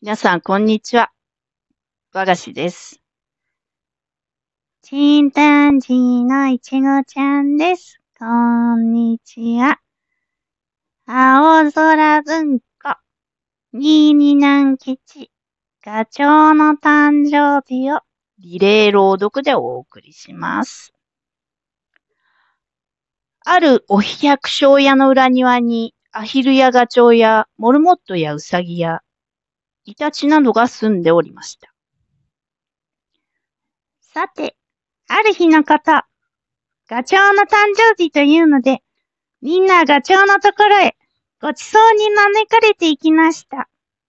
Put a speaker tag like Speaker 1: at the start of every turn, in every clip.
Speaker 1: 皆さん、こんにちは。和菓子です。
Speaker 2: チンパンジーのいちごちゃんです。こんにちは。青空文庫、新見南吉、ガチョウの誕生日を
Speaker 1: リレー朗読でお送りします。あるお百姓屋の裏庭に、アヒルやガチョウやモルモットやウサギやイタチなどが住んでおりました。
Speaker 2: さて、ある日のこと、ガチョウの誕生日というので、みんなガチョウのところへごちそうに招かれていきました。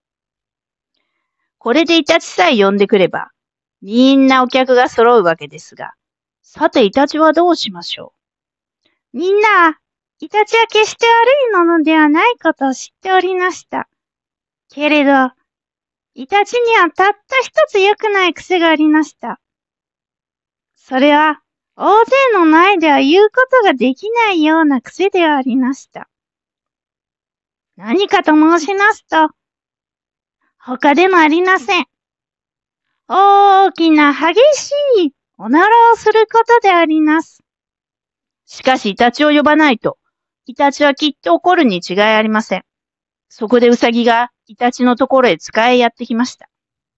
Speaker 1: これでイタチさえ呼んでくれば、みんなお客が揃うわけですが、さてイタチはどうしましょ
Speaker 2: う。みんな、イタチは決して悪いものではないことを知っておりました。けれど、イタチにはたった一つ良くない癖がありました。それは、大勢の前では言うことができないような癖ではありました。何かと申しますと、他でもありません。大きな激しいおならをすることであります。
Speaker 1: しかしイタチを呼ばないと、イタチはきっと怒るに違いありません。そこでウサギがイタチのところへ使いやってきました。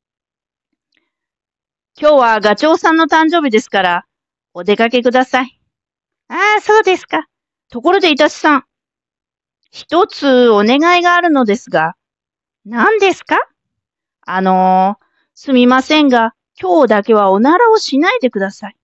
Speaker 1: 今日はガチョウさんの誕生日ですから、お出かけください。
Speaker 2: ああ、そうですか。
Speaker 1: ところでイタチさん、一つお願いがあるのですが。
Speaker 2: 何ですか？
Speaker 1: すみませんが、今日だけはおならをしないでください。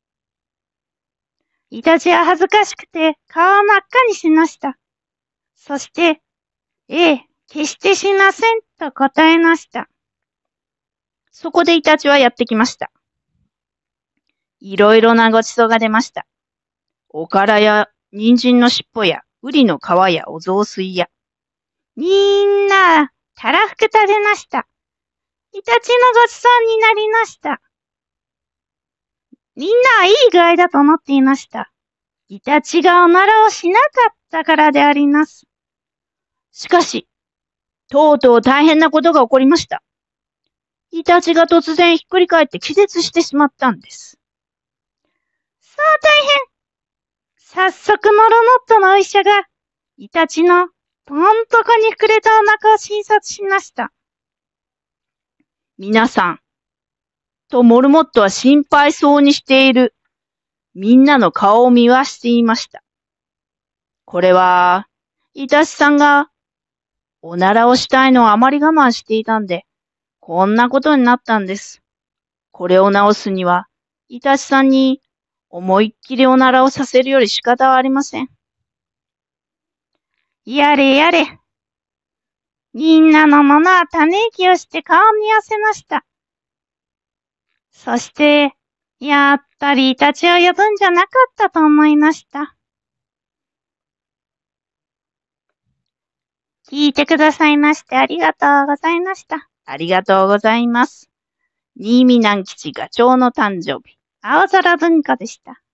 Speaker 2: イタチは恥ずかしくて顔を真っ赤にしました。そして、決してしませんと答えました。
Speaker 1: そこでイタチはやってきました。いろいろなごちそうが出ました。おからや人参の尻尾やウリの皮やお雑炊や。
Speaker 2: みんな、たらふく食べました。イタチのごちそうになりました。みんなはいい具合だと思っていました。イタチがおならをしなかったからであります。
Speaker 1: しかし、とうとう大変なことが起こりました。イタチが突然ひっくり返って気絶してしまったんです。
Speaker 2: さあ大変。早速モルモットのお医者が、イタチのとんとこに膨れたお腹を診察しました。
Speaker 1: 皆さん、とモルモットは心配そうにしているみんなの顔を見回していました。これは、イタチさんがおならをしたいのをあまり我慢していたんで、こんなことになったんです。これを直すには、イタチさんに思いっきりおならをさせるより仕方はありません。
Speaker 2: やれやれ。みんなのものはため息をして顔を見合わせました。そして、やっぱりイタチを呼ぶんじゃなかったと思いました。聞いてくださいましてありがとうございました。
Speaker 1: ありがとうございます。新見南吉ガチョウの誕生日。
Speaker 2: 青空文庫でした。